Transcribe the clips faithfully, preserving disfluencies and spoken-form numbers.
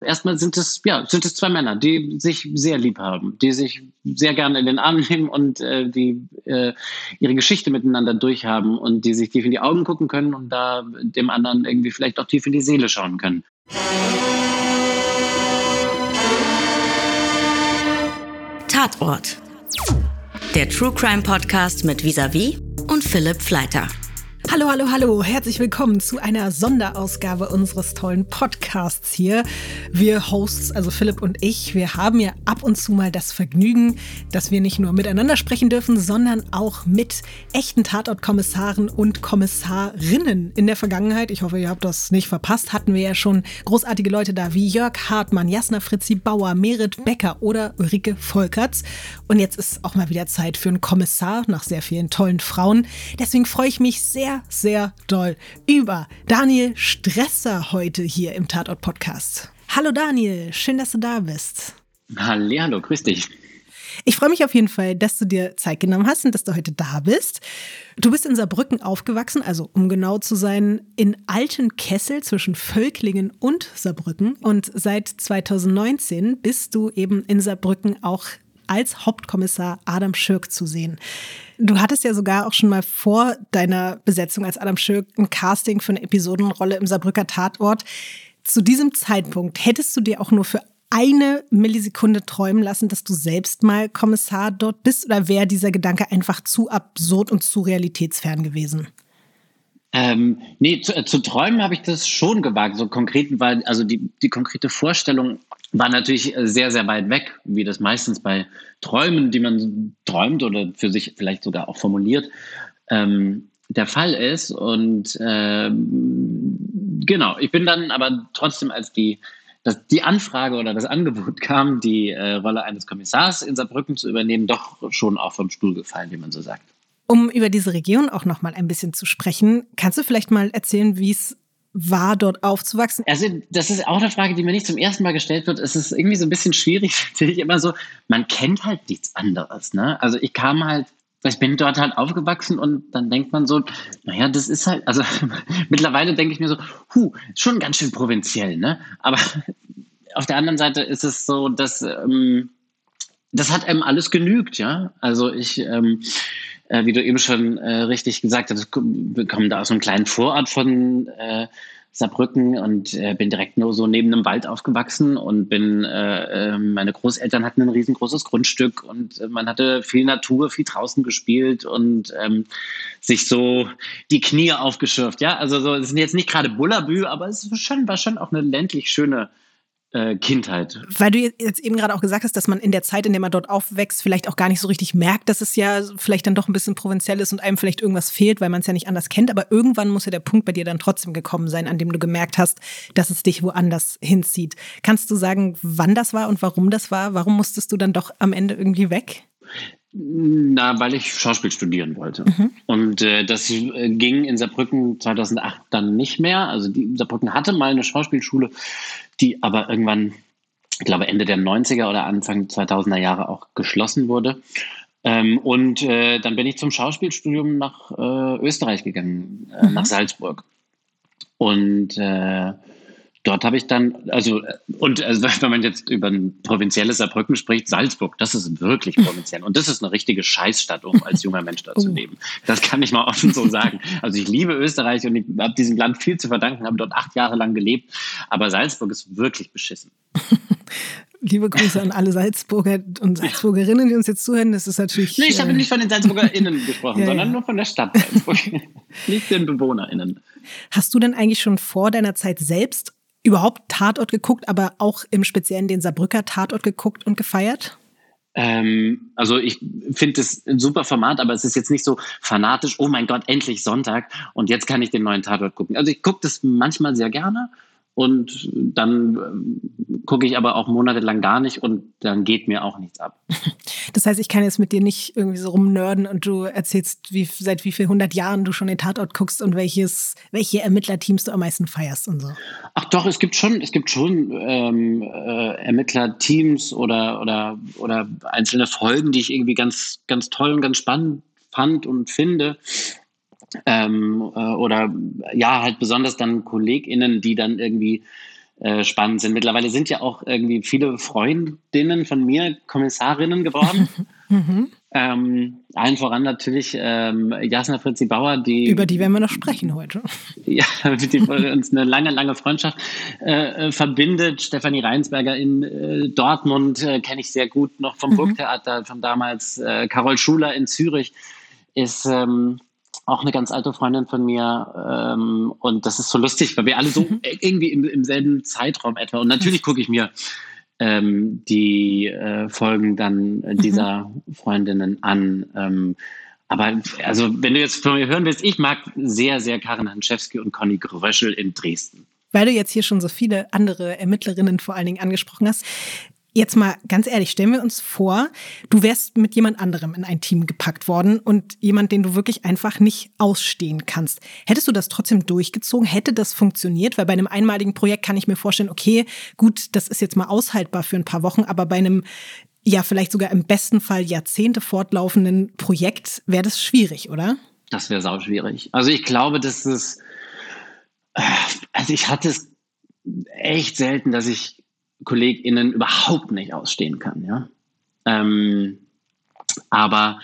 erstmal sind es, ja, sind es zwei Männer, die sich sehr lieb haben, die sich sehr gerne in den Arm nehmen und äh, die äh, ihre Geschichte miteinander durchhaben und die sich tief in die Augen gucken können und da dem anderen irgendwie vielleicht auch tief in die Seele schauen können. Tatort. Der True Crime Podcast mit Vis-a-vis und Philipp Fleiter. Hallo, hallo, hallo. Herzlich willkommen zu einer Sonderausgabe unseres tollen Podcasts hier. Wir Hosts, also Philipp und ich, wir haben ja ab und zu mal das Vergnügen, dass wir nicht nur miteinander sprechen dürfen, sondern auch mit echten Tatortkommissaren und Kommissarinnen. In der Vergangenheit, ich hoffe, ihr habt das nicht verpasst, hatten wir ja schon großartige Leute da wie Jörg Hartmann, Jasna Fritzi Bauer, Merit Becker oder Ulrike Volkerts. Und jetzt ist auch mal wieder Zeit für einen Kommissar nach sehr vielen tollen Frauen. Deswegen freue ich mich sehr, sehr doll über Daniel Stresser heute hier im Tatort-Podcast. Hallo Daniel, schön, dass du da bist. Hallihallo, grüß dich. Ich freue mich auf jeden Fall, dass du dir Zeit genommen hast und dass du heute da bist. Du bist in Saarbrücken aufgewachsen, also um genau zu sein, in Altenkessel zwischen Völklingen und Saarbrücken. Und seit zweitausendneunzehn bist du eben in Saarbrücken auch als Hauptkommissar Adam Schürk zu sehen. Du hattest ja sogar auch schon mal vor deiner Besetzung als Adam Schürk ein Casting für eine Episodenrolle im Saarbrücker Tatort. Zu diesem Zeitpunkt hättest du dir auch nur für eine Millisekunde träumen lassen, dass du selbst mal Kommissar dort bist, oder wäre dieser Gedanke einfach zu absurd und zu realitätsfern gewesen? Ähm, nee, zu, äh, zu träumen habe ich das schon gewagt. So konkret war, also die, die konkrete Vorstellung war natürlich sehr, sehr weit weg, wie das meistens bei Träumen, die man träumt oder für sich vielleicht sogar auch formuliert, ähm, der Fall ist. Und ähm, genau, ich bin dann aber trotzdem, als die, dass die Anfrage oder das Angebot kam, die äh, Rolle eines Kommissars in Saarbrücken zu übernehmen, doch schon auch vom Stuhl gefallen, wie man so sagt. Um über diese Region auch noch mal ein bisschen zu sprechen, kannst du vielleicht mal erzählen, wie es war, dort aufzuwachsen? Also das ist auch eine Frage, die mir nicht zum ersten Mal gestellt wird. Es ist irgendwie so ein bisschen schwierig, finde ich immer so, man kennt halt nichts anderes. Ne? Also ich kam halt, ich bin dort halt aufgewachsen und dann denkt man so, naja, das ist halt, also mittlerweile denke ich mir so, huh, schon ganz schön provinziell. Ne? Aber auf der anderen Seite ist es so, dass ähm, das hat einem alles genügt. Ja, also ich... Ähm, Äh, wie du eben schon äh, richtig gesagt hast, wir kommen da aus einem kleinen Vorort von äh, Saarbrücken und äh, bin direkt nur so neben einem Wald aufgewachsen und bin, äh, äh, meine Großeltern hatten ein riesengroßes Grundstück und äh, man hatte viel Natur, viel draußen gespielt und ähm, sich so die Knie aufgeschürft. Ja, also so, es sind jetzt nicht gerade Bullabü, aber es war schon, war schon auch eine ländlich schöne Kindheit. Weil du jetzt eben gerade auch gesagt hast, dass man in der Zeit, in der man dort aufwächst, vielleicht auch gar nicht so richtig merkt, dass es ja vielleicht dann doch ein bisschen provinziell ist und einem vielleicht irgendwas fehlt, weil man es ja nicht anders kennt. Aber irgendwann muss ja der Punkt bei dir dann trotzdem gekommen sein, an dem du gemerkt hast, dass es dich woanders hinzieht. Kannst du sagen, wann das war und warum das war? Warum musstest du dann doch am Ende irgendwie weg? Na, weil ich Schauspiel studieren wollte. Mhm. Und äh, das äh, ging in Saarbrücken zweitausendacht dann nicht mehr. Also die, Saarbrücken hatte mal eine Schauspielschule, die aber irgendwann, ich glaube Ende der neunziger oder Anfang zweitausender Jahre auch geschlossen wurde. Ähm, und äh, dann bin ich zum Schauspielstudium nach äh, Österreich gegangen, äh, mhm. nach Salzburg. Und äh, dort habe ich dann, also, und also, wenn man jetzt über ein provinzielles Saarbrücken spricht, Salzburg, das ist wirklich provinziell. Und das ist eine richtige Scheißstadt, um als junger Mensch da zu leben. Das kann ich mal offen so sagen. Also ich liebe Österreich und ich habe diesem Land viel zu verdanken, habe dort acht Jahre lang gelebt. Aber Salzburg ist wirklich beschissen. Liebe Grüße an alle Salzburger und Salzburgerinnen, die uns jetzt zuhören. Das ist natürlich... Nee, ich habe äh, nicht von den SalzburgerInnen gesprochen, ja, sondern ja. nur von der Stadt Salzburg. Nicht den BewohnerInnen. Hast du denn eigentlich schon vor deiner Zeit selbst überhaupt Tatort geguckt, aber auch im Speziellen den Saarbrücker Tatort geguckt und gefeiert? Ähm, also ich finde das ein super Format, aber es ist jetzt nicht so fanatisch, oh mein Gott, endlich Sonntag und jetzt kann ich den neuen Tatort gucken. Also ich gucke das manchmal sehr gerne und dann ähm, gucke ich aber auch monatelang gar nicht und dann geht mir auch nichts ab. Das heißt, ich kann jetzt mit dir nicht irgendwie so rumnörden und du erzählst, wie, seit wie viel hundert Jahren du schon den Tatort guckst und welches, welche Ermittlerteams du am meisten feierst und so. Ach doch, es gibt schon, es gibt schon ähm, äh, Ermittlerteams oder, oder, oder einzelne Folgen, die ich irgendwie ganz, ganz toll und ganz spannend fand und finde. Ähm, äh, oder ja, halt besonders dann KollegInnen, die dann irgendwie äh, spannend sind. Mittlerweile sind ja auch irgendwie viele Freundinnen von mir Kommissarinnen geworden. Mhm. Ähm, allen voran natürlich ähm, Jasna Fritzi Bauer, die Über die werden wir noch sprechen heute. ja, die uns eine lange, lange Freundschaft äh, verbindet. Stefanie Reinsberger in äh, Dortmund äh, kenne ich sehr gut noch vom Mhm. Burgtheater von damals. Äh, Carol Schuler in Zürich ist ähm, auch eine ganz alte Freundin von mir. Ähm, und das ist so lustig, weil wir alle so Mhm. irgendwie im, im selben Zeitraum etwa. Und natürlich gucke ich mir ähm, die äh, Folgen dann äh, dieser Freundinnen an. Ähm, aber also, wenn du jetzt von mir hören willst, ich mag sehr, sehr Karin Hanschewski und Conny Gröschel in Dresden. Weil du jetzt hier schon so viele andere Ermittlerinnen vor allen Dingen angesprochen hast. Jetzt mal ganz ehrlich, stellen wir uns vor, du wärst mit jemand anderem in ein Team gepackt worden und jemand, den du wirklich einfach nicht ausstehen kannst. Hättest du das trotzdem durchgezogen? Hätte das funktioniert? Weil bei einem einmaligen Projekt kann ich mir vorstellen, okay, gut, das ist jetzt mal aushaltbar für ein paar Wochen, aber bei einem, ja, vielleicht sogar im besten Fall Jahrzehnte fortlaufenden Projekt wäre das schwierig, oder? Das wäre sau schwierig. Also ich glaube, dass es, also ich hatte es echt selten, dass ich KollegInnen überhaupt nicht ausstehen kann, ja. Ähm, aber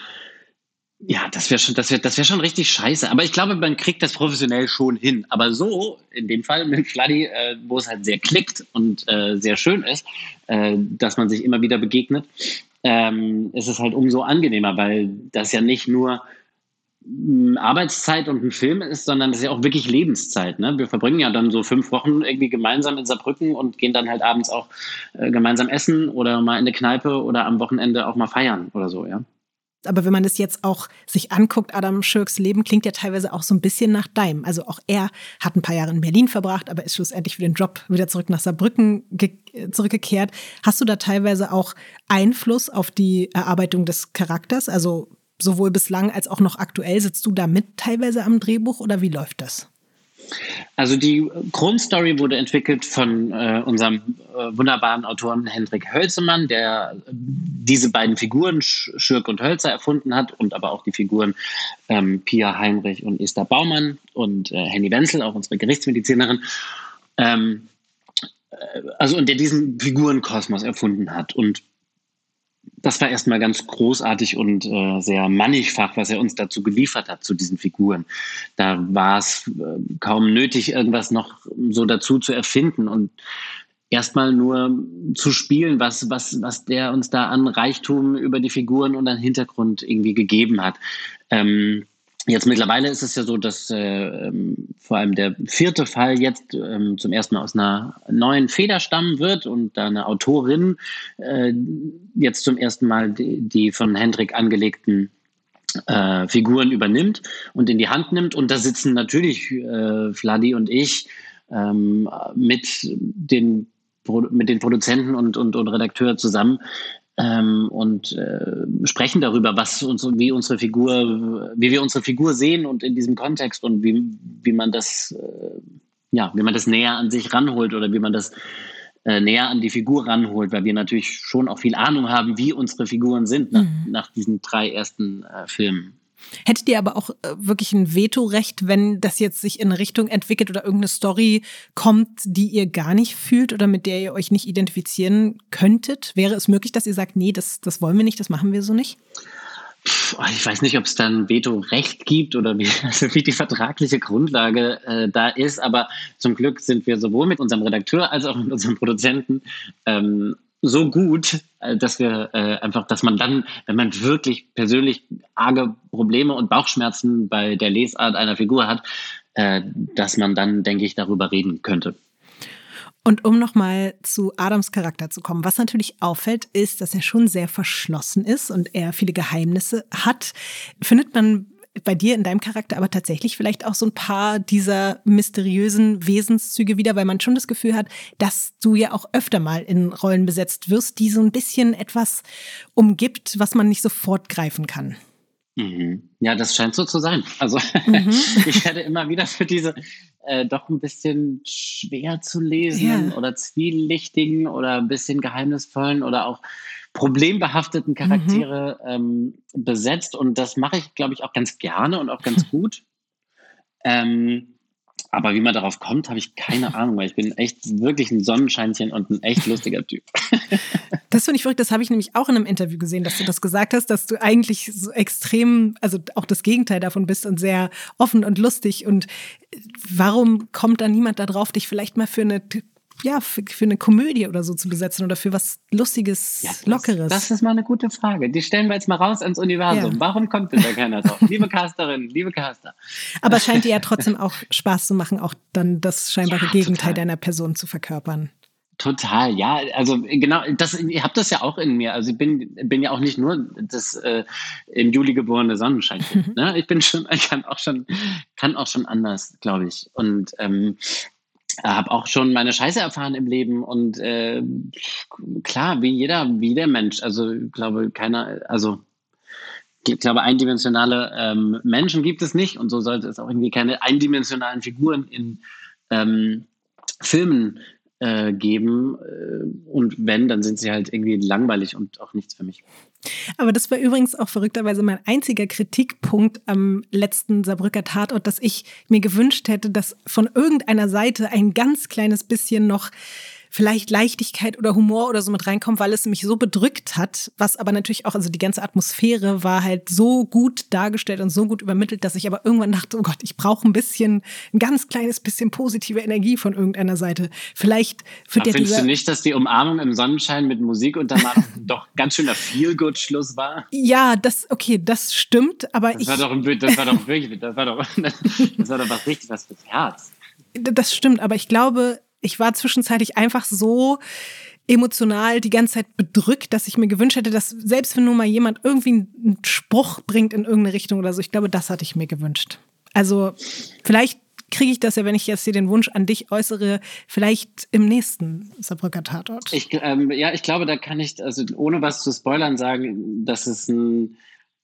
ja, das wäre schon, das wäre, das wäre schon richtig scheiße. Aber ich glaube, man kriegt das professionell schon hin. Aber so, in dem Fall mit Fladdy, äh, wo es halt sehr klickt und äh, sehr schön ist, äh, dass man sich immer wieder begegnet, ähm, ist es halt umso angenehmer, weil das ja nicht nur Arbeitszeit und ein Film ist, sondern das ist ja auch wirklich Lebenszeit. Ne? Wir verbringen ja dann so fünf Wochen irgendwie gemeinsam in Saarbrücken und gehen dann halt abends auch äh, gemeinsam essen oder mal in eine Kneipe oder am Wochenende auch mal feiern oder so, ja. Aber wenn man das jetzt auch sich anguckt, Adam Schürks Leben klingt ja teilweise auch so ein bisschen nach deinem. Also auch er hat ein paar Jahre in Berlin verbracht, aber ist schlussendlich für den Job wieder zurück nach Saarbrücken ge- zurückgekehrt. Hast du da teilweise auch Einfluss auf die Erarbeitung des Charakters? Also sowohl bislang als auch noch aktuell, sitzt du da mit teilweise am Drehbuch oder wie läuft das? Also die Grundstory wurde entwickelt von äh, unserem äh, wunderbaren Autoren Hendrik Hölzemann, der diese beiden Figuren, Schürk und Hölzer, erfunden hat und aber auch die Figuren ähm, Pia Heinrich und Esther Baumann und äh, Henny Wenzel, auch unsere Gerichtsmedizinerin. Ähm, äh, also und der diesen Figurenkosmos erfunden hat. Und das war erstmal ganz großartig und äh, sehr mannigfach, was er uns dazu geliefert hat, zu diesen Figuren. Da war es äh, kaum nötig, irgendwas noch so dazu zu erfinden und erstmal nur zu spielen, was, was, was der uns da an Reichtum über die Figuren und an Hintergrund irgendwie gegeben hat. Ähm, Jetzt mittlerweile ist es ja so, dass äh, vor allem der vierte Fall jetzt ähm, zum ersten Mal aus einer neuen Feder stammen wird und da eine Autorin äh, jetzt zum ersten Mal die, die von Hendrik angelegten äh, Figuren übernimmt und in die Hand nimmt. Und da sitzen natürlich äh, Fladdy und ich ähm, mit den, mit den Produzenten und, und, und Redakteur zusammen. Ähm, und äh, sprechen darüber, was uns, wie unsere Figur, wie wir unsere Figur sehen und in diesem Kontext und wie, wie man das, äh, ja, wie man das näher an sich ranholt oder wie man das äh, näher an die Figur ranholt, weil wir natürlich schon auch viel Ahnung haben, wie unsere Figuren sind nach, mhm. nach diesen drei ersten äh, Filmen. Hättet ihr aber auch äh, wirklich ein Vetorecht, wenn das jetzt sich in eine Richtung entwickelt oder irgendeine Story kommt, die ihr gar nicht fühlt oder mit der ihr euch nicht identifizieren könntet? Wäre es möglich, dass ihr sagt, nee, das, das wollen wir nicht, das machen wir so nicht? Ich weiß nicht, ob es dann Vetorecht gibt oder wie, also wie die vertragliche Grundlage äh, da ist, aber zum Glück sind wir sowohl mit unserem Redakteur als auch mit unserem Produzenten ähm, so gut, dass wir äh, einfach, dass man dann, wenn man wirklich persönlich arge Probleme und Bauchschmerzen bei der Lesart einer Figur hat, äh, dass man dann, denke ich, darüber reden könnte. Und um nochmal zu Adams Charakter zu kommen, was natürlich auffällt, ist, dass er schon sehr verschlossen ist und er viele Geheimnisse hat. Findet man bei dir in deinem Charakter aber tatsächlich vielleicht auch so ein paar dieser mysteriösen Wesenszüge wieder, weil man schon das Gefühl hat, dass du ja auch öfter mal in Rollen besetzt wirst, die so ein bisschen etwas umgibt, was man nicht sofort greifen kann. Mhm. Ja, das scheint so zu sein. Also mhm. ich werde immer wieder für diese äh, doch ein bisschen schwer zu lesen ja. oder zwielichtigen oder ein bisschen geheimnisvollen oder auch problembehafteten Charaktere mhm. ähm, besetzt. Und das mache ich, glaube ich, auch ganz gerne und auch ganz gut. ähm, Aber wie man darauf kommt, habe ich keine Ahnung, weil ich bin echt wirklich ein Sonnenscheinchen und ein echt lustiger Typ. Das finde ich verrückt, das habe ich nämlich auch in einem Interview gesehen, dass du das gesagt hast, dass du eigentlich so extrem, also auch das Gegenteil davon bist und sehr offen und lustig. Und warum kommt da niemand da drauf, dich vielleicht mal für eine, ja, für, für eine Komödie oder so zu besetzen oder für was Lustiges, Ja, das, Lockeres? Das ist mal eine gute Frage. Die stellen wir jetzt mal raus ans Universum. Ja. Warum kommt denn da keiner drauf? Liebe Casterin, liebe Caster. Aber es scheint dir ja trotzdem auch Spaß zu machen, auch dann das scheinbare Ja, Gegenteil total. deiner Person zu verkörpern. Total, ja. Also genau, das, ich habe das ja auch in mir. Also ich bin, bin ja auch nicht nur das äh, im Juli geborene Sonnenscheinchen. Ne? Ich bin schon, ich kann auch schon, kann auch schon anders, glaube ich. Und ähm, habe auch schon meine Scheiße erfahren im Leben und äh, klar, wie jeder, wie der Mensch. Also ich glaube, keiner, also ich glaube, eindimensionale ähm, Menschen gibt es nicht und so sollte es auch irgendwie keine eindimensionalen Figuren in ähm, Filmen äh, geben. Und wenn, dann sind sie halt irgendwie langweilig und auch nichts für mich. Aber das war übrigens auch verrückterweise mein einziger Kritikpunkt am letzten Saarbrücker Tatort, dass ich mir gewünscht hätte, dass von irgendeiner Seite ein ganz kleines bisschen noch vielleicht Leichtigkeit oder Humor oder so mit reinkommt, weil es mich so bedrückt hat, was aber natürlich auch, also die ganze Atmosphäre war halt so gut dargestellt und so gut übermittelt, dass ich aber irgendwann dachte, oh Gott, ich brauche ein bisschen, ein ganz kleines bisschen positive Energie von irgendeiner Seite. Vielleicht wird ja Findest dieser... du nicht, dass die Umarmung im Sonnenschein mit Musik untermalt doch ganz schöner Feel-Good-Schluss war? Ja, das, okay, das stimmt, aber Das ich... war doch, ein, das war doch wirklich, das war doch, das war doch was richtig was fürs Herz. Das stimmt, aber ich glaube, ich war zwischenzeitlich einfach so emotional die ganze Zeit bedrückt, dass ich mir gewünscht hätte, dass selbst wenn nur mal jemand irgendwie einen Spruch bringt in irgendeine Richtung oder so, ich glaube, das hatte ich mir gewünscht. Also vielleicht kriege ich das ja, wenn ich jetzt hier den Wunsch an dich äußere, vielleicht im nächsten Saarbrücker Tatort. Ich, ähm, ja, ich glaube, da kann ich, also ohne was zu spoilern, sagen, dass es ein,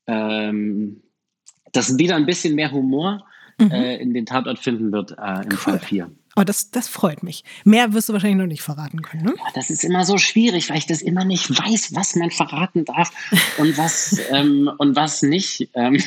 ähm, dass wieder ein bisschen mehr Humor mhm. äh, in den Tatort finden wird äh, im cool. Fall vier. Oh, das, das freut mich. Mehr wirst du wahrscheinlich noch nicht verraten können, ne? Das ist immer so schwierig, weil ich das immer nicht weiß, was man verraten darf und was, ähm, und was nicht. Ähm,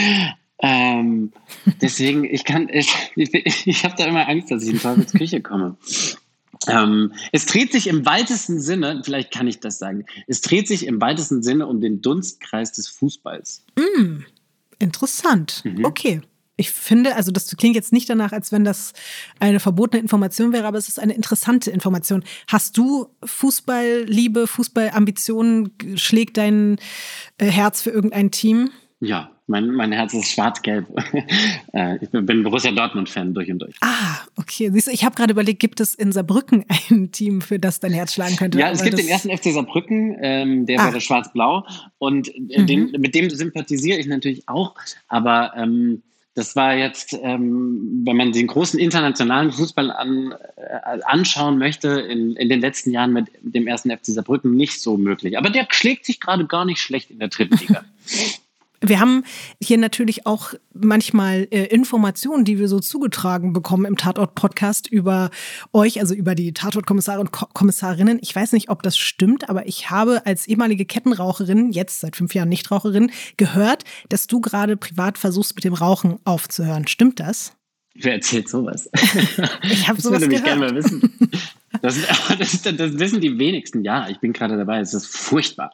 ähm, deswegen, ich kann, ich, ich, ich habe da immer Angst, dass ich in Teufels Küche komme. Ähm, es dreht sich im weitesten Sinne, vielleicht kann ich das sagen, es dreht sich im weitesten Sinne um den Dunstkreis des Fußballs. Mm, interessant. Mhm. Okay. Ich finde, also das klingt jetzt nicht danach, als wenn das eine verbotene Information wäre, aber es ist eine interessante Information. Hast du Fußballliebe, Fußballambitionen? Schlägt dein Herz für irgendein Team? Ja, mein, mein Herz ist schwarz-gelb. Ich bin Borussia Dortmund-Fan durch und durch. Ah, okay. Siehst du, ich habe gerade überlegt, gibt es in Saarbrücken ein Team, für das dein Herz schlagen könnte? Ja, es gibt den ersten F C Saarbrücken, ähm, der ah. wäre schwarz-blau. Und äh, mhm. den, mit dem sympathisiere ich natürlich auch. Aber ähm, das war jetzt, ähm, wenn man den großen internationalen Fußball an, äh, anschauen möchte, in, in den letzten Jahren mit dem ersten F C Saarbrücken nicht so möglich. Aber der schlägt sich gerade gar nicht schlecht in der dritten Liga. Wir haben hier natürlich auch manchmal äh, Informationen, die wir so zugetragen bekommen im Tatort-Podcast über euch, also über die Tatort-Kommissare und Ko- Kommissarinnen. Ich weiß nicht, ob das stimmt, aber ich habe als ehemalige Kettenraucherin, jetzt seit fünf Jahren Nichtraucherin, gehört, dass du gerade privat versuchst, mit dem Rauchen aufzuhören. Stimmt das? Wer erzählt sowas? Ich habe sowas gehört. Das würde mich gerne mal wissen. Das, das, das wissen die wenigsten. Ja, ich bin gerade dabei. Es ist furchtbar.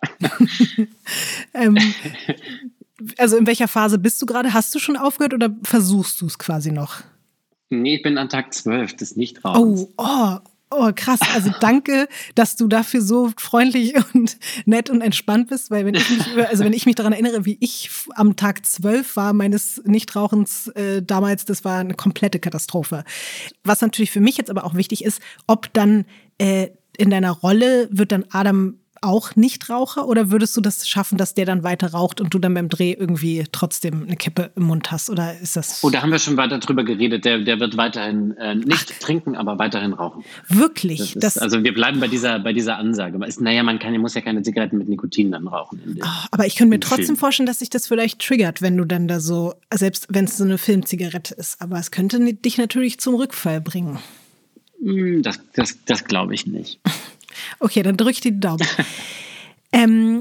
ähm, also in welcher Phase bist du gerade? Hast du schon aufgehört oder versuchst du es quasi noch? Nee, ich bin an Tag zwölf des Nichtrauchens. Oh, oh, oh, krass. Also danke, dass du dafür so freundlich und nett und entspannt bist, weil wenn ich mich, also wenn ich mich daran erinnere, wie ich am Tag zwölf war meines Nichtrauchens äh, damals, das war eine komplette Katastrophe. Was natürlich für mich jetzt aber auch wichtig ist, ob dann äh, in deiner Rolle wird dann Adam auch Nichtraucher oder würdest du das schaffen, dass der dann weiter raucht und du dann beim Dreh irgendwie trotzdem eine Kippe im Mund hast? Oder ist das... Oh, da haben wir schon weiter drüber geredet. Der, der wird weiterhin äh, nicht Ach. trinken, aber weiterhin rauchen. Wirklich? Das ist, das also wir bleiben bei dieser, bei dieser Ansage. Ist, naja, man kann, muss ja keine Zigaretten mit Nikotin dann rauchen. In den, oh, aber ich könnte mir trotzdem Film. vorstellen, dass sich das vielleicht triggert, wenn du dann da so, selbst wenn es so eine Filmzigarette ist. Aber es könnte dich natürlich zum Rückfall bringen. Das, das, das glaube ich nicht. Okay, dann drücke ich die Daumen. ähm,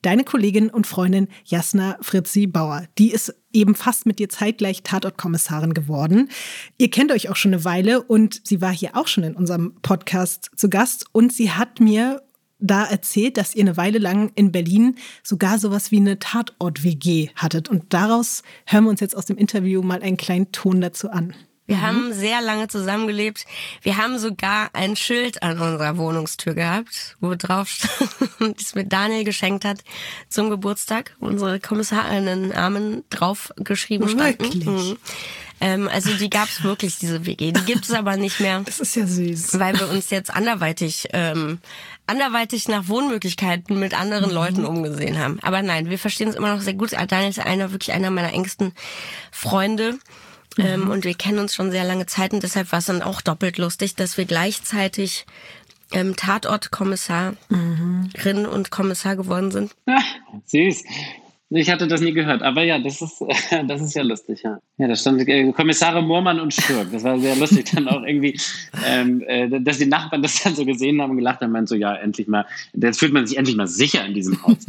deine Kollegin und Freundin Jasna Fritzi Bauer. Die ist eben fast mit dir zeitgleich Tatortkommissarin geworden. Ihr kennt euch auch schon eine Weile und sie war hier auch schon in unserem Podcast zu Gast und sie hat mir da erzählt, dass ihr eine Weile lang in Berlin sogar sowas wie eine Tatort-W G hattet. Und daraus hören wir uns jetzt aus dem Interview mal einen kleinen Ton dazu an. Wir mhm. haben sehr lange zusammengelebt. Wir haben sogar ein Schild an unserer Wohnungstür gehabt, wo drauf stand, das mir Daniel geschenkt hat zum Geburtstag. Unsere Kommissarinnen-Namen drauf geschrieben standen. Wirklich? Mhm. Ähm, also die gab's wirklich, diese W G. Die gibt es aber nicht mehr. Das ist ja süß. Weil wir uns jetzt anderweitig, ähm, anderweitig nach Wohnmöglichkeiten mit anderen mhm. Leuten umgesehen haben. Aber nein, wir verstehen uns immer noch sehr gut. Daniel ist einer, wirklich einer meiner engsten Freunde. Mhm. Ähm, und wir kennen uns schon sehr lange Zeit. Und deshalb war es dann auch doppelt lustig, dass wir gleichzeitig ähm, Tatortkommissarin mhm. und Kommissar geworden sind. Ach, süß. Ich hatte das nie gehört, aber ja, das ist, das ist ja lustig, ja. Ja, da stand äh, Kommissare Moormann und Stürk. Das war sehr lustig dann auch irgendwie, ähm, äh, dass die Nachbarn das dann so gesehen haben und gelacht haben, meint so, ja, endlich mal, jetzt fühlt man sich endlich mal sicher in diesem Haus.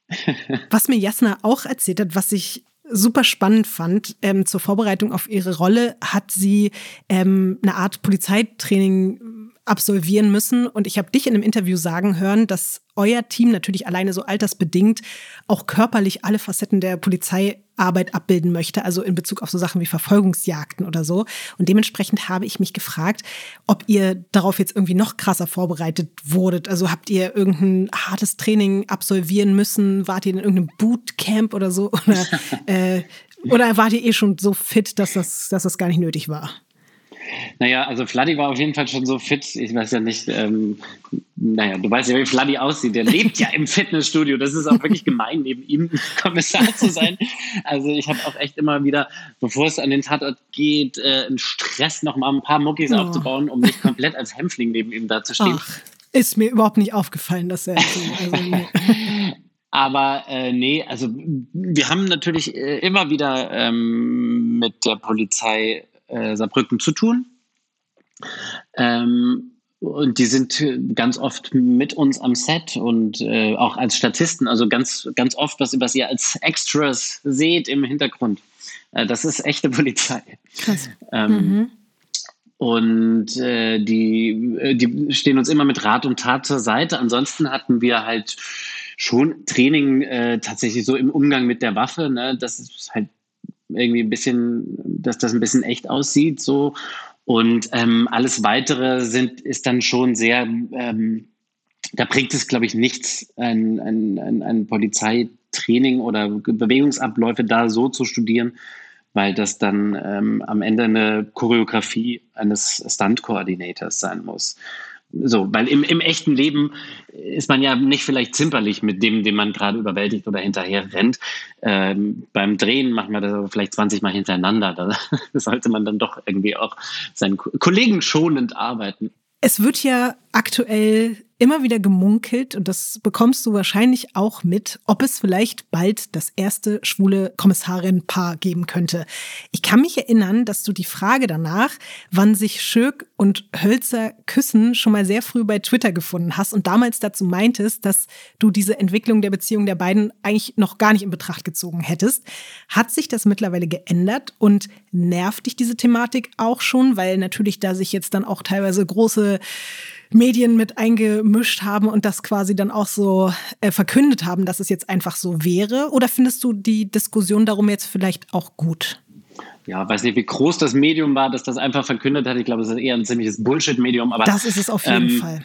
Was mir Jasna auch erzählt hat, was ich super spannend fand, ähm, zur Vorbereitung auf ihre Rolle hat sie ähm, eine Art Polizeitraining absolvieren müssen. Und ich habe dich in einem Interview sagen hören, dass euer Team natürlich alleine so altersbedingt auch körperlich alle Facetten der Polizeiarbeit abbilden möchte, also in Bezug auf so Sachen wie Verfolgungsjagden oder so. Und dementsprechend habe ich mich gefragt, ob ihr darauf jetzt irgendwie noch krasser vorbereitet wurdet. Also habt ihr irgendein hartes Training absolvieren müssen? Wart ihr in irgendeinem Bootcamp oder so? Oder, äh, oder wart ihr eh schon so fit, dass das, dass das gar nicht nötig war? Naja, also Fladdy war auf jeden Fall schon so fit. Ich weiß ja nicht, ähm, naja, du weißt ja, wie Fladdy aussieht. Der lebt ja im Fitnessstudio. Das ist auch wirklich gemein, neben ihm Kommissar zu sein. Also ich habe auch echt immer wieder, bevor es an den Tatort geht, äh, einen Stress, noch mal ein paar Muckis oh. aufzubauen, um nicht komplett als Hämpfling neben ihm da zu stehen. Ach, ist mir überhaupt nicht aufgefallen, dass er so, also, nee. Aber äh, nee, also wir haben natürlich äh, immer wieder ähm, mit der Polizei Saarbrücken zu tun. Ähm, und die sind ganz oft mit uns am Set und äh, auch als Statisten, also ganz, ganz oft, was, was ihr als Extras seht im Hintergrund. Äh, das ist echte Polizei. Krass. Ähm, mhm. Und äh, die, die stehen uns immer mit Rat und Tat zur Seite. Ansonsten hatten wir halt schon Training äh, tatsächlich so im Umgang mit der Waffe. Ne? Das ist halt irgendwie ein bisschen, dass das ein bisschen echt aussieht, so. Und ähm, alles Weitere sind, ist dann schon sehr, ähm, da bringt es, glaube ich, nichts, ein, ein, ein, ein Polizeitraining oder Bewegungsabläufe da so zu studieren, weil das dann ähm, am Ende eine Choreografie eines Stunt-Coordinators sein muss. So, weil im, im echten Leben ist man ja nicht vielleicht zimperlich mit dem, den man gerade überwältigt oder hinterher rennt. Ähm, beim Drehen machen wir das vielleicht zwanzig Mal hintereinander. Da sollte man dann doch irgendwie auch seinen Kollegen schonend arbeiten. Es wird ja aktuell immer wieder gemunkelt, und das bekommst du wahrscheinlich auch mit, ob es vielleicht bald das erste schwule Kommissarin-Paar geben könnte. Ich kann mich erinnern, dass du die Frage danach, wann sich Schöck und Hölzer küssen, schon mal sehr früh bei Twitter gefunden hast und damals dazu meintest, dass du diese Entwicklung der Beziehung der beiden eigentlich noch gar nicht in Betracht gezogen hättest. Hat sich das mittlerweile geändert und nervt dich diese Thematik auch schon, weil natürlich da sich jetzt dann auch teilweise große Medien mit eingemischt haben und das quasi dann auch so äh, verkündet haben, dass es jetzt einfach so wäre? Oder findest du die Diskussion darum jetzt vielleicht auch gut? Ja, weiß nicht, wie groß das Medium war, dass das einfach verkündet hat. Ich glaube, es ist eher ein ziemliches Bullshit-Medium. Aber das ist es auf jeden ähm, Fall.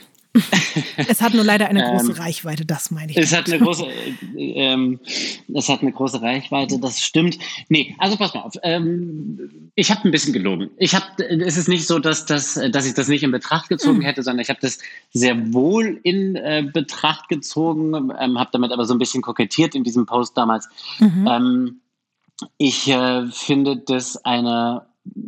Es hat nur leider eine große ähm, Reichweite, das meine ich. Es hat eine große, ähm, es hat eine große Reichweite, das stimmt. Nee, also pass mal auf. Ähm, ich habe ein bisschen gelogen. Ich habe, es ist nicht so, dass, das, dass ich das nicht in Betracht gezogen hätte, sondern ich habe das sehr wohl in äh, Betracht gezogen, ähm, habe damit aber so ein bisschen kokettiert in diesem Post damals. Mhm. Ähm, ich äh, finde das eine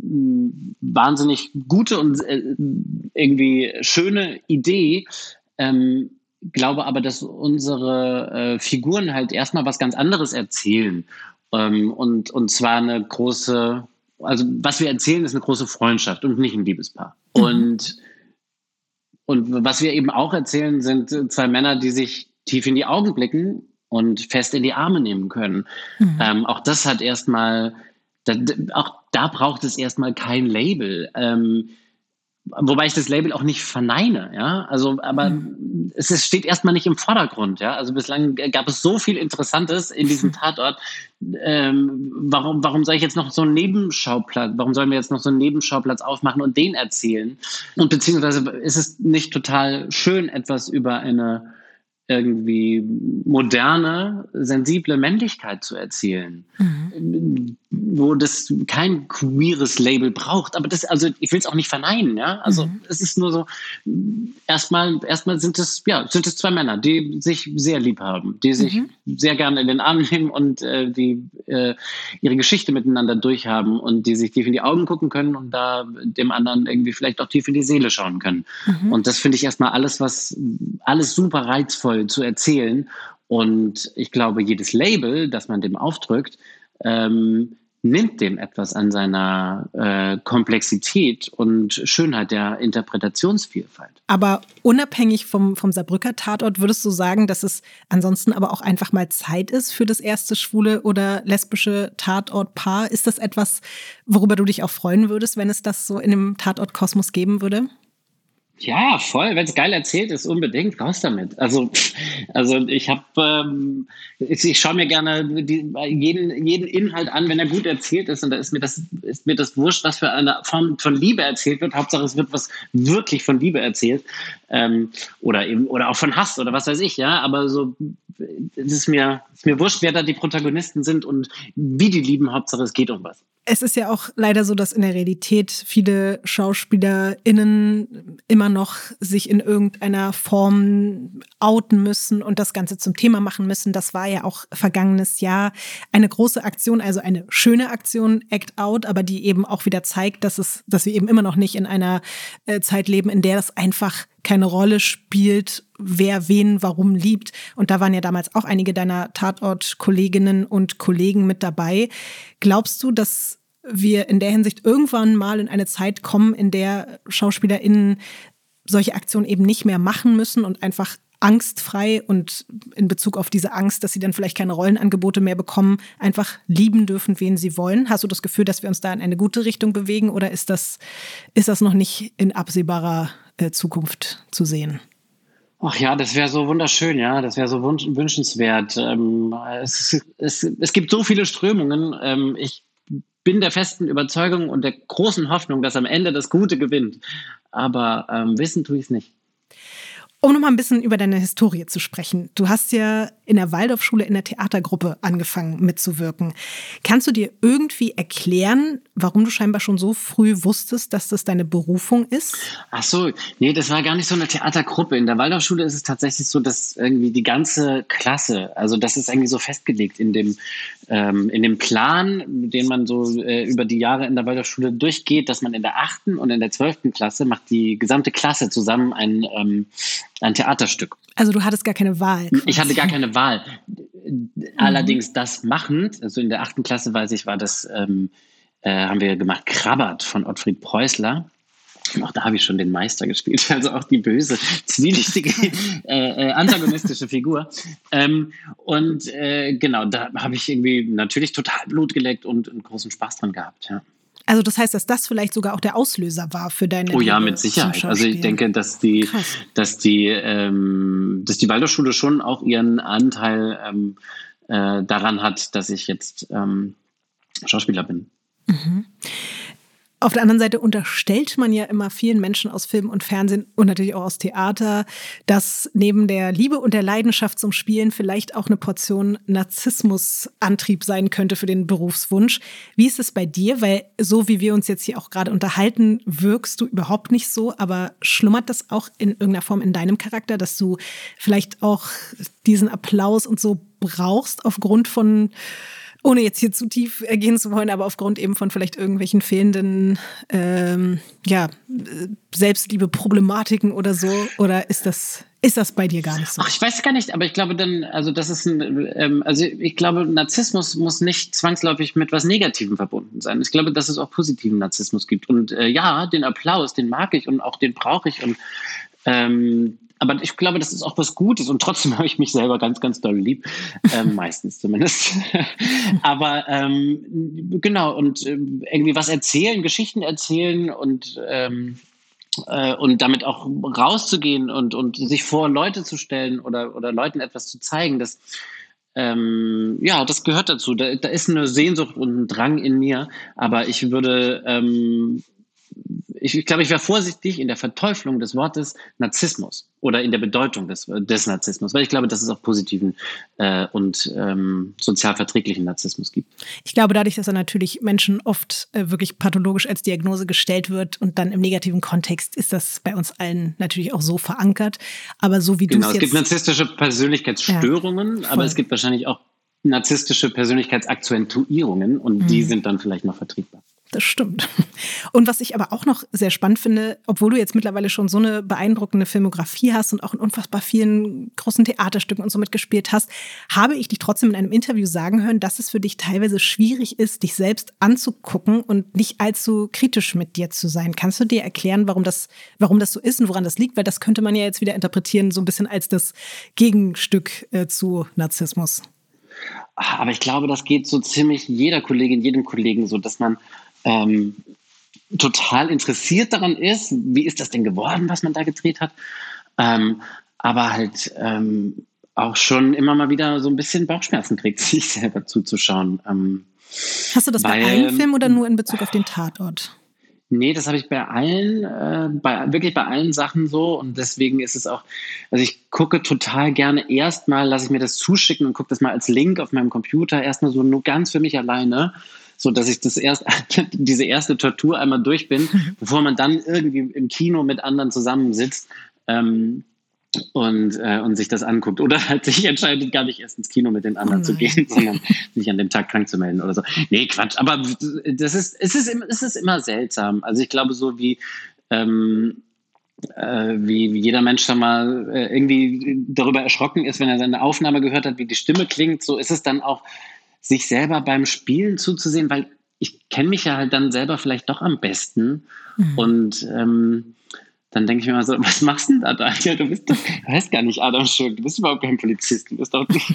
wahnsinnig gute und äh, irgendwie schöne Idee, ähm, glaube aber, dass unsere äh, Figuren halt erstmal was ganz anderes erzählen. Ähm, und, und zwar eine große, also was wir erzählen, ist eine große Freundschaft und nicht ein Liebespaar. Mhm. Und, und was wir eben auch erzählen, sind zwei Männer, die sich tief in die Augen blicken und fest in die Arme nehmen können. Mhm. Ähm, auch das hat erstmal, da, auch da braucht es erstmal kein Label. Ähm, Wobei ich das Label auch nicht verneine, ja. Also, aber mhm. es ist, steht erstmal nicht im Vordergrund, ja. Also bislang gab es so viel Interessantes in diesem Tatort. Ähm, warum, warum soll ich jetzt noch so einen Nebenschauplatz, warum sollen wir jetzt noch so einen Nebenschauplatz aufmachen und den erzählen? Und beziehungsweise ist es nicht total schön, etwas über eine irgendwie moderne, sensible Männlichkeit zu erzählen, mhm. wo das kein queeres Label braucht. Aber das, also ich will es auch nicht verneinen, ja. Also mhm. es ist nur so, erstmal, erstmal sind es, ja, sind es zwei Männer, die sich sehr lieb haben, die sich mhm. sehr gerne in den Arm nehmen und äh, die äh, ihre Geschichte miteinander durchhaben und die sich tief in die Augen gucken können und da dem anderen irgendwie vielleicht auch tief in die Seele schauen können. Mhm. Und das finde ich erstmal alles, was, alles super reizvoll zu erzählen. Und ich glaube, jedes Label, das man dem aufdrückt, ähm, nimmt dem etwas an seiner äh, Komplexität und Schönheit der Interpretationsvielfalt. Aber unabhängig vom, vom Saarbrücker Tatort, würdest du sagen, dass es ansonsten aber auch einfach mal Zeit ist für das erste schwule oder lesbische Tatortpaar? Ist das etwas, worüber du dich auch freuen würdest, wenn es das so in dem Tatortkosmos geben würde? Ja, voll. Wenn es geil erzählt ist, unbedingt raus damit. Also, also ich habe, ähm, ich, ich schaue mir gerne die, jeden, jeden Inhalt an, wenn er gut erzählt ist. Und da ist mir das, ist mir das wurscht, was für eine Form von Liebe erzählt wird. Hauptsache, es wird was wirklich von Liebe erzählt, ähm, oder eben oder auch von Hass oder was weiß ich. Ja, aber so, es ist mir, es ist mir wurscht, wer da die Protagonisten sind und wie die lieben. Hauptsache, es geht um was. Es ist ja auch leider so, dass in der Realität viele SchauspielerInnen immer noch sich in irgendeiner Form outen müssen und das Ganze zum Thema machen müssen. Das war ja auch vergangenes Jahr eine große Aktion, also eine schöne Aktion, Act Out, aber die eben auch wieder zeigt, dass es, dass wir eben immer noch nicht in einer äh, Zeit leben, in der das einfach keine Rolle spielt, wer wen warum liebt. Und da waren ja damals auch einige deiner Tatort-Kolleginnen und Kollegen mit dabei. Glaubst du, dass wir in der Hinsicht irgendwann mal in eine Zeit kommen, in der SchauspielerInnen solche Aktionen eben nicht mehr machen müssen und einfach angstfrei und in Bezug auf diese Angst, dass sie dann vielleicht keine Rollenangebote mehr bekommen, einfach lieben dürfen, wen sie wollen? Hast du das Gefühl, dass wir uns da in eine gute Richtung bewegen oder ist das, ist das noch nicht in absehbarer äh, Zukunft zu sehen? Ach ja, das wäre so wunderschön, ja, das wäre so wünsch- wünschenswert. Ähm, es, es, es gibt so viele Strömungen. Ähm, ich bin der festen Überzeugung und der großen Hoffnung, dass am Ende das Gute gewinnt. Aber ähm, wissen tue ich es nicht. Um noch mal ein bisschen über deine Historie zu sprechen. Du hast ja in der Waldorfschule in der Theatergruppe angefangen mitzuwirken. Kannst du dir irgendwie erklären, warum du scheinbar schon so früh wusstest, dass das deine Berufung ist? Ach so, nee, das war gar nicht so eine Theatergruppe. In der Waldorfschule ist es tatsächlich so, dass irgendwie die ganze Klasse, also das ist irgendwie so festgelegt in dem, ähm, in dem Plan, den man so äh, über die Jahre in der Waldorfschule durchgeht, dass man in der achten und in der zwölften Klasse macht die gesamte Klasse zusammen ein ähm, ein Theaterstück. Also du hattest gar keine Wahl. Quasi. Ich hatte gar keine Wahl. Allerdings das machend, also in der achten Klasse, weiß ich, war das, ähm, äh, haben wir gemacht, Krabbert von Ottfried Preußler. Und auch da habe ich schon den Meister gespielt, also auch die böse, zwielichtige, äh, äh, antagonistische Figur. Ähm, und äh, genau, da habe ich irgendwie natürlich total Blut geleckt und einen großen Spaß dran gehabt, ja. Also das heißt, dass das vielleicht sogar auch der Auslöser war für deine Oh ja, Liebe mit Sicherheit. Also ich denke, dass die, dass die, ähm, dass die Waldorfschule schon auch ihren Anteil ähm, äh, daran hat, dass ich jetzt ähm, Schauspieler bin. Mhm. Auf der anderen Seite unterstellt man ja immer vielen Menschen aus Film und Fernsehen und natürlich auch aus Theater, dass neben der Liebe und der Leidenschaft zum Spielen vielleicht auch eine Portion Narzissmus-Antrieb sein könnte für den Berufswunsch. Wie ist es bei dir? Weil so wie wir uns jetzt hier auch gerade unterhalten, wirkst du überhaupt nicht so, aber schlummert das auch in irgendeiner Form in deinem Charakter, dass du vielleicht auch diesen Applaus und so brauchst aufgrund von, ohne jetzt hier zu tief gehen zu wollen, aber aufgrund eben von vielleicht irgendwelchen fehlenden ähm, ja, Selbstliebe-Problematiken oder so? Oder ist das, ist das bei dir gar nicht so? Ach, ich weiß gar nicht, aber ich glaube dann, also das ist ein, ähm, also ich glaube, Narzissmus muss nicht zwangsläufig mit was Negativem verbunden sein. Ich glaube, dass es auch positiven Narzissmus gibt. Und äh, ja, den Applaus, den mag ich und auch den brauche ich und ähm, aber ich glaube, das ist auch was Gutes und trotzdem habe ich mich selber ganz, ganz doll lieb, ähm, meistens zumindest. aber ähm, genau, und äh, irgendwie was erzählen, Geschichten erzählen und ähm, äh, und damit auch rauszugehen und, und sich vor Leute zu stellen oder, oder Leuten etwas zu zeigen, das Ähm, ja, das gehört dazu. Da, da ist eine Sehnsucht und ein Drang in mir, aber ich würde, ähm, ich, ich glaube, ich wäre vorsichtig in der Verteuflung des Wortes Narzissmus oder in der Bedeutung des, des Narzissmus, weil ich glaube, dass es auch positiven äh, und ähm, sozial verträglichen Narzissmus gibt. Ich glaube, dadurch, dass er natürlich Menschen oft äh, wirklich pathologisch als Diagnose gestellt wird und dann im negativen Kontext, ist das bei uns allen natürlich auch so verankert. Aber so wie du genau, es jetzt... Genau, es gibt narzisstische Persönlichkeitsstörungen, ja, aber es gibt wahrscheinlich auch narzisstische Persönlichkeitsakzentuierungen und mhm. die sind dann vielleicht noch vertretbar. Das stimmt. Und was ich aber auch noch sehr spannend finde, obwohl du jetzt mittlerweile schon so eine beeindruckende Filmografie hast und auch in unfassbar vielen großen Theaterstücken und so mitgespielt hast, habe ich dich trotzdem in einem Interview sagen hören, dass es für dich teilweise schwierig ist, dich selbst anzugucken und nicht allzu kritisch mit dir zu sein. Kannst du dir erklären, warum das, warum das so ist und woran das liegt? Weil das könnte man ja jetzt wieder interpretieren, so ein bisschen als das Gegenstück äh, zu Narzissmus. Aber ich glaube, das geht so ziemlich jeder Kollegin, jedem Kollegen so, dass man ähm, total interessiert daran ist, wie ist das denn geworden, was man da gedreht hat, ähm, aber halt ähm, auch schon immer mal wieder so ein bisschen Bauchschmerzen kriegt, sich selber zuzuschauen. Ähm, Hast du das weil, bei allen Filmen oder nur in Bezug auf den Tatort? Nee, das habe ich bei allen, äh, bei, wirklich bei allen Sachen so und deswegen ist es auch, also ich gucke total gerne erstmal, lasse ich mir das zuschicken und gucke das mal als Link auf meinem Computer, erstmal so nur ganz für mich alleine, so dass ich das erst, diese erste Tortur einmal durch bin, bevor man dann irgendwie im Kino mit anderen zusammensitzt ähm, und, äh, und sich das anguckt oder halt sich entscheidet, gar nicht erst ins Kino mit den anderen oh zu gehen, sondern sich an dem Tag krank zu melden oder so. Nee, Quatsch, aber das ist, es ist, es ist immer seltsam. Also ich glaube, so wie, ähm, äh, wie, wie jeder Mensch da mal äh, irgendwie darüber erschrocken ist, wenn er seine Aufnahme gehört hat, wie die Stimme klingt, so ist es dann auch, sich selber beim Spielen zuzusehen, weil ich kenne mich ja halt dann selber vielleicht doch am besten mhm. und ähm, dann denke ich mir mal so, was machst du denn da, Daniel? Du bist doch, du heißt gar nicht Adam Schürk, du bist überhaupt kein Polizist, du bist doch nicht.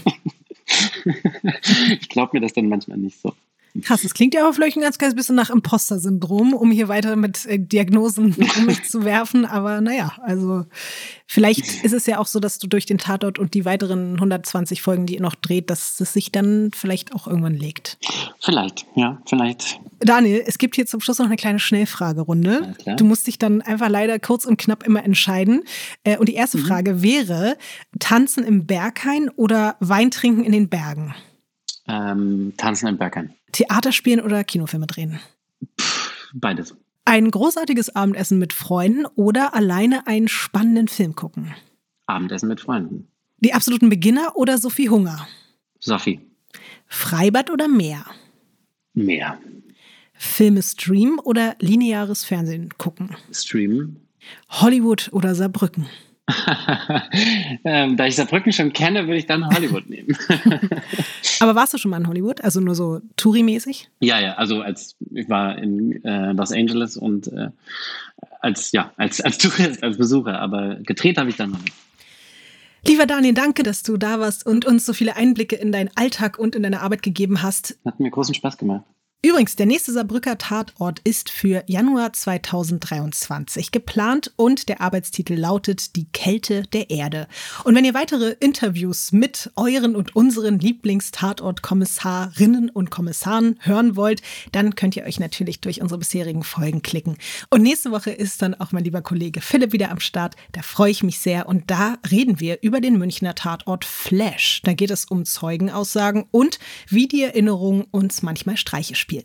Ich glaube mir das dann manchmal nicht so. Krass, das klingt ja aber vielleicht ein ganz kleines bisschen nach Imposter-Syndrom, um hier weiter mit äh, Diagnosen um mich zu werfen. Aber naja, also vielleicht ist es ja auch so, dass du durch den Tatort und die weiteren hundertzwanzig Folgen, die ihr noch dreht, dass es sich dann vielleicht auch irgendwann legt. Vielleicht, ja, vielleicht. Daniel, es gibt hier zum Schluss noch eine kleine Schnellfragerunde. Du musst dich dann einfach leider kurz und knapp immer entscheiden. Äh, und die erste mhm. Frage wäre, Tanzen im Berghain oder Wein trinken in den Bergen? Ähm, tanzen im Berghain. Theater spielen oder Kinofilme drehen? Pff, beides. Ein großartiges Abendessen mit Freunden oder alleine einen spannenden Film gucken? Abendessen mit Freunden. Die absoluten Beginner oder Sophie Hunger? Sophie. Freibad oder Meer? Meer. Filme streamen oder lineares Fernsehen gucken? Streamen. Hollywood oder Saarbrücken? ähm, da ich Saarbrücken schon kenne, würde ich dann Hollywood nehmen. Aber warst du schon mal in Hollywood? Also nur so Touri-mäßig? Ja, ja, also als ich war in äh, Los Angeles und äh, als, ja, als, als Tourist, als Besucher, aber gedreht habe ich dann noch nicht. Lieber Daniel, danke, dass du da warst und uns so viele Einblicke in deinen Alltag und in deine Arbeit gegeben hast. Hat mir großen Spaß gemacht. Übrigens, der nächste Saarbrücker Tatort ist für Januar zweitausenddreiundzwanzig geplant und der Arbeitstitel lautet Die Kälte der Erde. Und wenn ihr weitere Interviews mit euren und unseren Lieblingstatort-Kommissarinnen und Kommissaren hören wollt, dann könnt ihr euch natürlich durch unsere bisherigen Folgen klicken. Und nächste Woche ist dann auch mein lieber Kollege Philipp wieder am Start. Da freue ich mich sehr und da reden wir über den Münchner Tatort Flash. Da geht es um Zeugenaussagen und wie die Erinnerung uns manchmal Streiche spielt.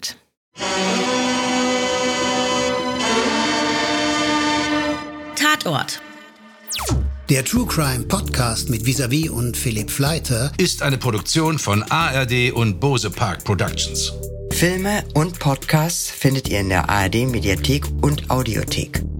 Tatort. Der True Crime Podcast mit Vis-a-vis und Philipp Fleiter ist eine Produktion von A R D und Bose Park Productions. Filme und Podcasts findet ihr in der A R D Mediathek und Audiothek.